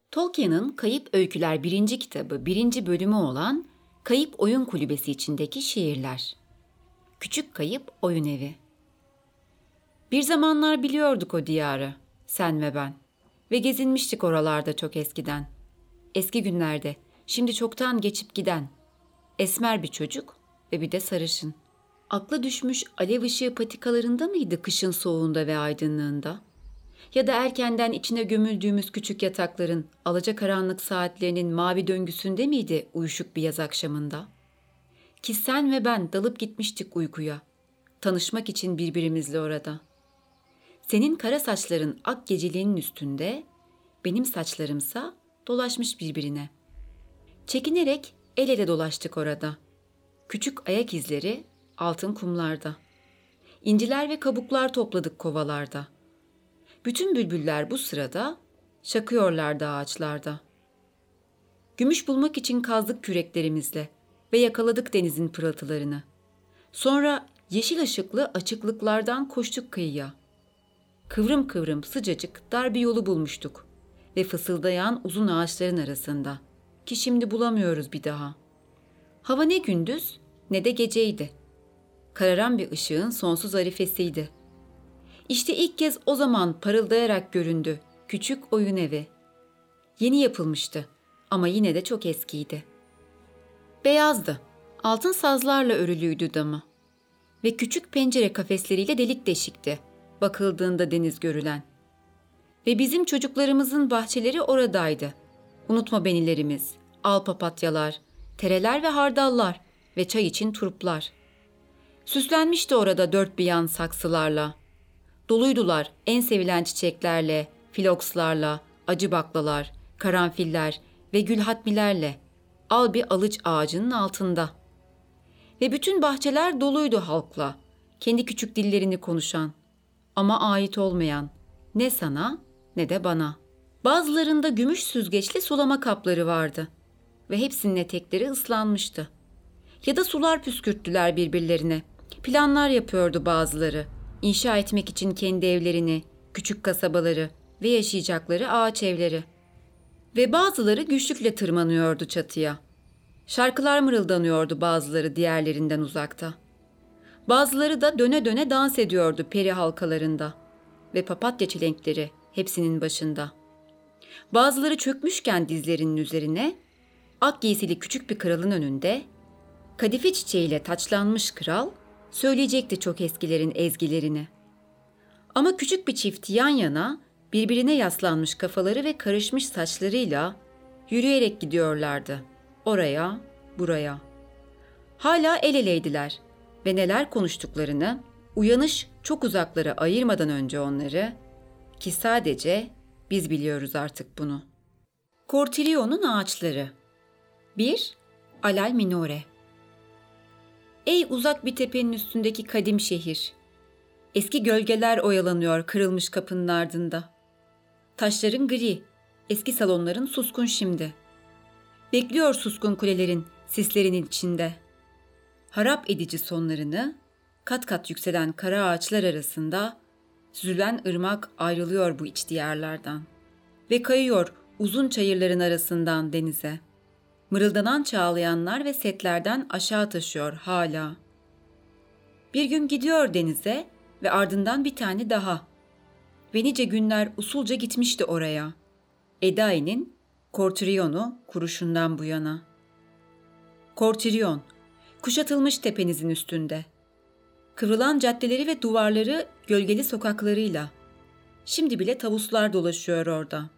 Tolkien'in Kayıp Öyküler birinci kitabı birinci bölümü olan Kayıp Oyun Kulübesi içindeki şiirler. Küçük Kayıp Oyun Evi. Bir zamanlar biliyorduk o diyarı, sen ve ben. Ve gezinmiştik oralarda çok eskiden. Eski günlerde, şimdi çoktan geçip giden. Esmer bir çocuk ve bir de sarışın. Akla düşmüş alev ışığı patikalarında mıydı kışın soğuğunda ve aydınlığında? Ya da erkenden içine gömüldüğümüz küçük yatakların alacakaranlık saatlerinin mavi döngüsünde miydi uyuşuk bir yaz akşamında? Ki sen ve ben dalıp gitmiştik uykuya, tanışmak için birbirimizle orada. Senin kara saçların ak geceliğinin üstünde, benim saçlarımsa dolaşmış birbirine. Çekinerek el ele dolaştık orada. Küçük ayak izleri altın kumlarda. İnciler ve kabuklar topladık kovalarda. Bütün bülbüller bu sırada şakıyorlardı ağaçlarda. Gümüş bulmak için kazdık küreklerimizle ve yakaladık denizin pırıltılarını. Sonra yeşil ışıklı açıklıklardan koştuk kıyıya. Kıvrım kıvrım sıcacık dar bir yolu bulmuştuk ve fısıldayan uzun ağaçların arasında ki şimdi bulamıyoruz bir daha. Hava ne gündüz ne de geceydi. Kararan bir ışığın sonsuz arifesiydi. İşte ilk kez o zaman parıldayarak göründü küçük oyun evi. Yeni yapılmıştı ama yine de çok eskiydi. Beyazdı, altın sazlarla örülüydü damı ve küçük pencere kafesleriyle delik deşikti, bakıldığında deniz görülen. Ve bizim çocuklarımızın bahçeleri oradaydı. Unutma benilerimiz, al papatyalar, tereler ve hardallar ve çay için turplar. Süslenmişti orada dört bir yan saksılarla. Doluydular en sevilen çiçeklerle, filokslarla, acı baklalar, karanfiller ve gülhatmilerle, al bir alıç ağacının altında. Ve bütün bahçeler doluydu halkla, kendi küçük dillerini konuşan ama ait olmayan ne sana ne de bana. Bazılarında gümüş süzgeçli sulama kapları vardı ve hepsinin etekleri ıslanmıştı. Ya da sular püskürttüler birbirlerine, planlar yapıyordu bazıları. İnşa etmek için kendi evlerini, küçük kasabaları ve yaşayacakları ağaç evleri. Ve bazıları güçlükle tırmanıyordu çatıya. Şarkılar mırıldanıyordu bazıları diğerlerinden uzakta. Bazıları da döne döne dans ediyordu peri halkalarında ve papatya çelenkleri hepsinin başında. Bazıları çökmüşken dizlerinin üzerine, ak giysili küçük bir kralın önünde, kadife çiçeğiyle taçlanmış kral, söyleyecekti çok eskilerin ezgilerini. Ama küçük bir çift yan yana birbirine yaslanmış kafaları ve karışmış saçlarıyla yürüyerek gidiyorlardı. Oraya, buraya. Hala el eleydiler ve neler konuştuklarını uyanış çok uzaklara ayırmadan önce onları ki sadece biz biliyoruz artık bunu. Cortilio'nun ağaçları 1. Alal Minore. Ey uzak bir tepenin üstündeki kadim şehir! Eski gölgeler oyalanıyor kırılmış kapının ardında. Taşların gri, eski salonların suskun şimdi. Bekliyor suskun kulelerin sislerinin içinde. Harap edici sonlarını, kat kat yükselen kara ağaçlar arasında süzülen ırmak ayrılıyor bu iç diyarlardan. Ve kayıyor uzun çayırların arasından denize. Mırıldanan çağlayanlar ve setlerden aşağı taşıyor hala. Bir gün gidiyor denize ve ardından bir tane daha. Ve nice günler usulca gitmişti oraya. Edai'nin Cortirion'u kuruşundan bu yana. Cortirion, kuşatılmış tepenizin üstünde. Kıvrılan caddeleri ve duvarları gölgeli sokaklarıyla. Şimdi bile tavuslar dolaşıyor orada.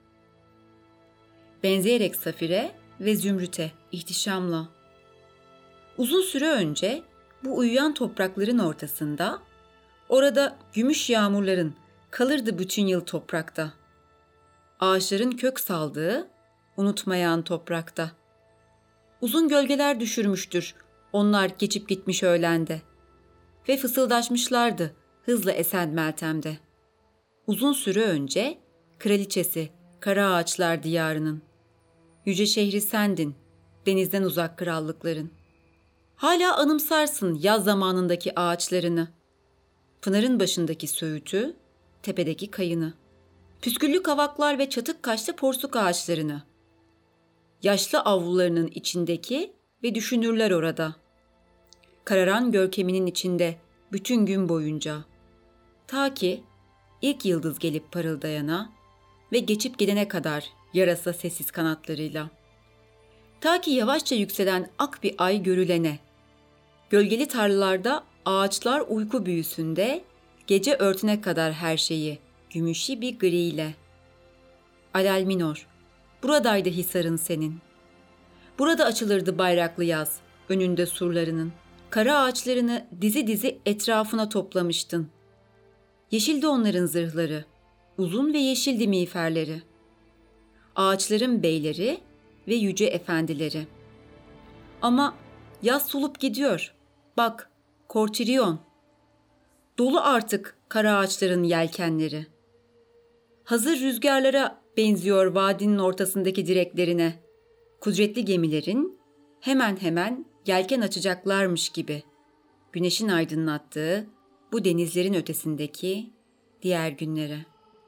Benzeyerek safire ve zümrüte, ihtişamla. Uzun süre önce bu uyuyan toprakların ortasında, orada gümüş yağmurların kalırdı bütün yıl toprakta. Ağaçların kök saldığı, unutmayan toprakta. Uzun gölgeler düşürmüştür onlar geçip gitmiş öğlende. Ve fısıldaşmışlardı hızla esen Meltem'de. Uzun süre önce kraliçesi kara ağaçlar diyarının. Yüce şehri sendin, denizden uzak krallıkların. Hala anımsarsın yaz zamanındaki ağaçlarını. Pınarın başındaki söğütü, tepedeki kayını. Püsküllü kavaklar ve çatık kaşlı porsuk ağaçlarını, yaşlı avlularının içindeki ve düşünürler orada. Kararan görkeminin içinde bütün gün boyunca. Ta ki ilk yıldız gelip parıldayana ve geçip gidene kadar yarasa sessiz kanatlarıyla. Ta ki yavaşça yükselen ak bir ay görülene. Gölgeli tarlalarda ağaçlar uyku büyüsünde, gece örtüne kadar her şeyi, gümüşü bir griyle. Alel minor, buradaydı hisarın senin. Burada açılırdı bayraklı yaz, önünde surlarının. Kara ağaçlarını dizi dizi etrafına toplamıştın. Yeşildi onların zırhları, uzun ve yeşildi miğferleri. Ağaçların beyleri ve yüce efendileri. Ama yaz solup gidiyor. Bak, Kortirion. Dolu artık kara ağaçların yelkenleri. Hazır rüzgarlara benziyor vadinin ortasındaki direklerine. Kudretli gemilerin hemen hemen yelken açacaklarmış gibi. Güneşin aydınlattığı bu denizlerin ötesindeki diğer günlere.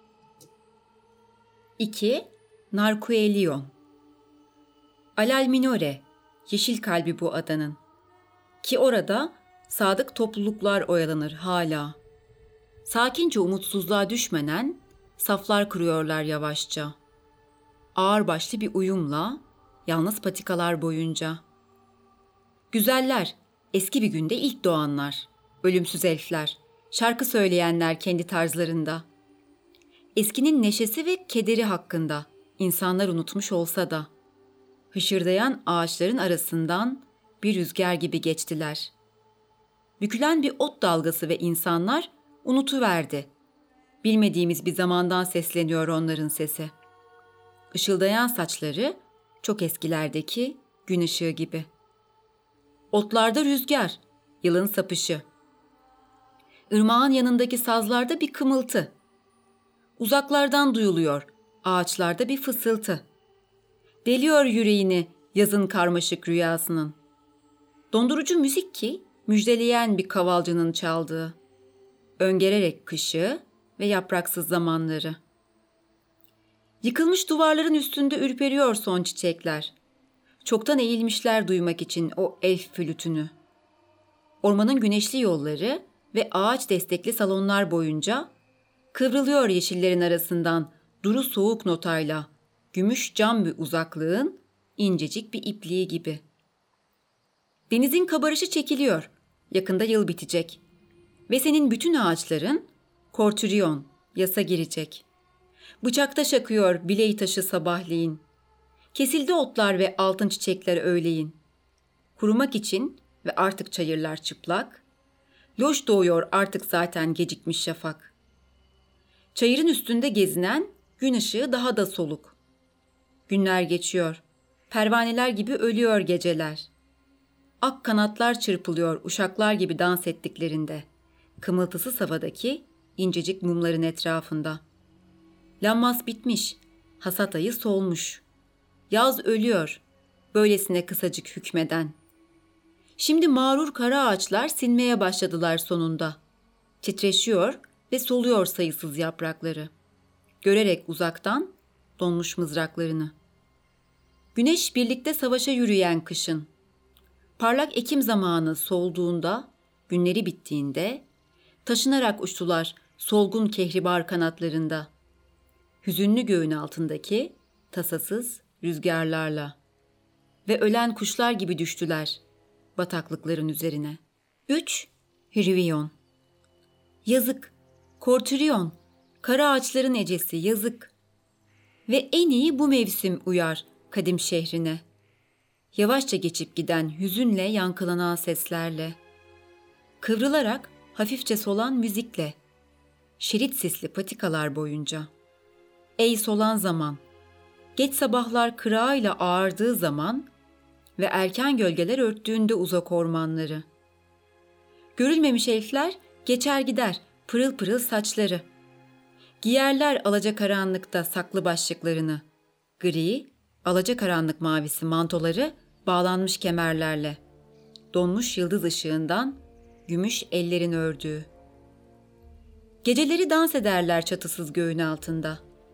2. Narkoelion. Alal minore, yeşil kalbi bu adanın. Ki orada sadık topluluklar oyalanır hala. Sakince umutsuzluğa düşmeden saflar kuruyorlar yavaşça. Ağırbaşlı bir uyumla, yalnız patikalar boyunca. Güzeller, eski bir günde ilk doğanlar, ölümsüz elfler, şarkı söyleyenler kendi tarzlarında. Eskinin neşesi ve kederi hakkında insanlar unutmuş olsa da, hışırdayan ağaçların arasından bir rüzgar gibi geçtiler. Bükülen bir ot dalgası ve insanlar unutuverdi. Bilmediğimiz bir zamandan sesleniyor onların sesi. Işıldayan saçları çok eskilerdeki gün ışığı gibi. Otlarda rüzgar, yılın sapışı. Irmağın yanındaki sazlarda bir kımıltı. Uzaklardan duyuluyor ağaçlarda bir fısıltı. Deliyor yüreğini yazın karmaşık rüyasının. Dondurucu müzik ki müjdeleyen bir kavalcının çaldığı. Öngörerek kışı ve yapraksız zamanları. Yıkılmış duvarların üstünde ürperiyor son çiçekler. Çoktan eğilmişler duymak için o elf flütünü. Ormanın güneşli yolları ve ağaç destekli salonlar boyunca kıvrılıyor yeşillerin arasından duru soğuk notayla, gümüş cam bir uzaklığın incecik bir ipliği gibi. Denizin kabarışı çekiliyor, yakında yıl bitecek. Ve senin bütün ağaçların, Kortirion, yasa girecek. Bıçakta şakıyor bileği taşı sabahleyin. Kesildi otlar ve altın çiçekler öğleyin. Kurumak için ve artık çayırlar çıplak. Loş doğuyor artık zaten gecikmiş şafak. Çayırın üstünde gezinen gün ışığı daha da soluk. Günler geçiyor. Pervaneler gibi ölüyor geceler. Ak kanatlar çırpılıyor uşaklar gibi dans ettiklerinde. Kımıltısız havadaki incecik mumların etrafında. Lammas bitmiş, hasat ayı solmuş. Yaz ölüyor, böylesine kısacık hükmeden. Şimdi mağrur kara ağaçlar sinmeye başladılar sonunda. Titreşiyor ve soluyor sayısız yaprakları. Görerek uzaktan donmuş mızraklarını. Güneş birlikte savaşa yürüyen kışın. Parlak ekim zamanı solduğunda, günleri bittiğinde, taşınarak uçtular solgun kehribar kanatlarında. Hüzünlü göğün altındaki tasasız rüzgarlarla. Ve ölen kuşlar gibi düştüler bataklıkların üzerine. 3. Hirivion. Yazık, Kortirion, kara ağaçların ecesi yazık. Ve en iyi bu mevsim uyar kadim şehrine. Yavaşça geçip giden hüzünle yankılanan seslerle. Kıvrılarak hafifçe solan müzikle. Şerit sisli patikalar boyunca. Ey solan zaman, geç sabahlar kırağıyla ağardığı zaman ve erken gölgeler örttüğünde uzak ormanları. Görülmemiş elfler geçer gider pırıl pırıl saçları. Giyerler alacakaranlıkta saklı başlıklarını. Gri, alacakaranlık mavisi mantoları bağlanmış kemerlerle. Donmuş yıldız ışığından gümüş ellerin ördüğü. Geceleri dans ederler çatısız göğün altında.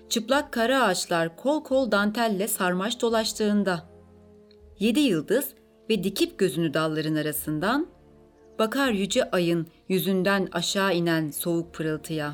Çıplak kara ağaçlar kol kol dantelle sarmaş dolaştığında, 7 yıldız ve dikip gözünü dalların arasından, bakar yüce ayın yüzünden aşağı inen soğuk pırıltıya.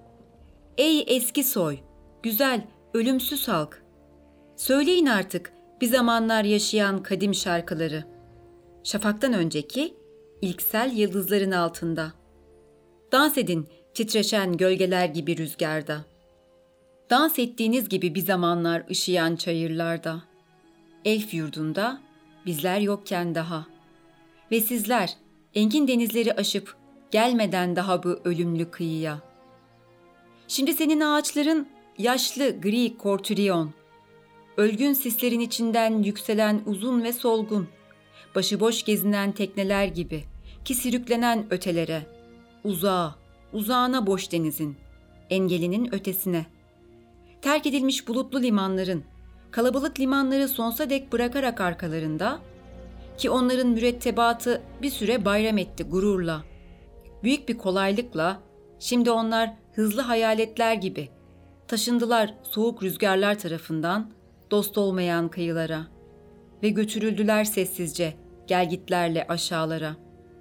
Ey eski soy, güzel, ölümsüz halk! Söyleyin artık bir zamanlar yaşayan kadim şarkıları. Şafaktan önceki ilksel yıldızların altında. Dans edin titreşen gölgeler gibi rüzgarda. Dans ettiğiniz gibi bir zamanlar ışıyan çayırlarda. Elf yurdunda bizler yokken daha. Ve sizler engin denizleri aşıp gelmeden daha bu ölümlü kıyıya. Şimdi senin ağaçların yaşlı gri kortüryon. Ölgün sislerin içinden yükselen uzun ve solgun, başıboş gezinen tekneler gibi ki sürüklenen ötelere, uzağa, uzağına boş denizin, engelinin ötesine. Terk edilmiş bulutlu limanların, kalabalık limanları sonsuza dek bırakarak arkalarında, ki onların mürettebatı bir süre bayram etti gururla. Büyük bir kolaylıkla, şimdi onlar hızlı hayaletler gibi, taşındılar soğuk rüzgarlar tarafından, dost olmayan kıyılara ve götürüldüler sessizce gelgitlerle aşağılara.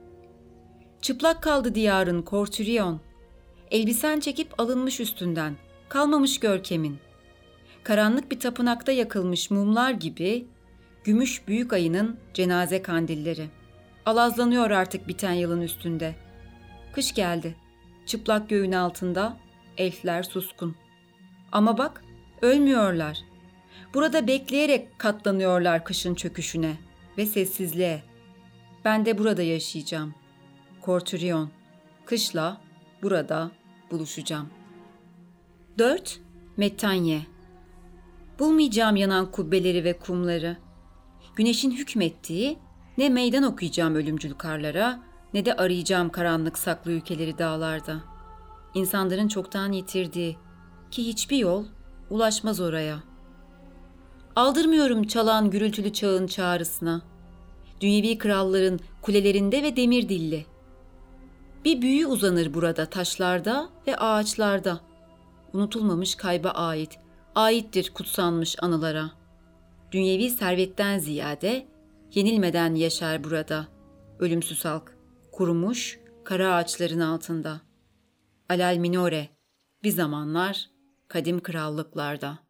Çıplak kaldı diyarın kortüryon, elbisen çekip alınmış üstünden, kalmamış görkemin. Karanlık bir tapınakta yakılmış mumlar gibi, gümüş büyük ayının cenaze kandilleri. Alazlanıyor artık biten yılın üstünde. Kış geldi, çıplak göğün altında, elfler suskun. Ama bak, ölmüyorlar. Burada bekleyerek katlanıyorlar kışın çöküşüne ve sessizliğe. Ben de burada yaşayacağım. Kortüryon, kışla burada buluşacağım. 4. Mettanye. Bulmayacağım yanan kubbeleri ve kumları. Güneşin hükmettiği, ne meydan okuyacağım ölümcül karlara, ne de arayacağım karanlık saklı ülkeleri dağlarda. İnsanların çoktan yitirdiği ki hiçbir yol ulaşmaz oraya. Aldırmıyorum çalan gürültülü çağın çağrısına. Dünyevi kralların kulelerinde ve demir dilli. Bir büyü uzanır burada taşlarda ve ağaçlarda. Unutulmamış kayba aittir kutsanmış anılara. Dünyevi servetten ziyade yenilmeden yaşar burada. Ölümsüz halk, kurumuş kara ağaçların altında. Alal minore, bir zamanlar kadim krallıklarda.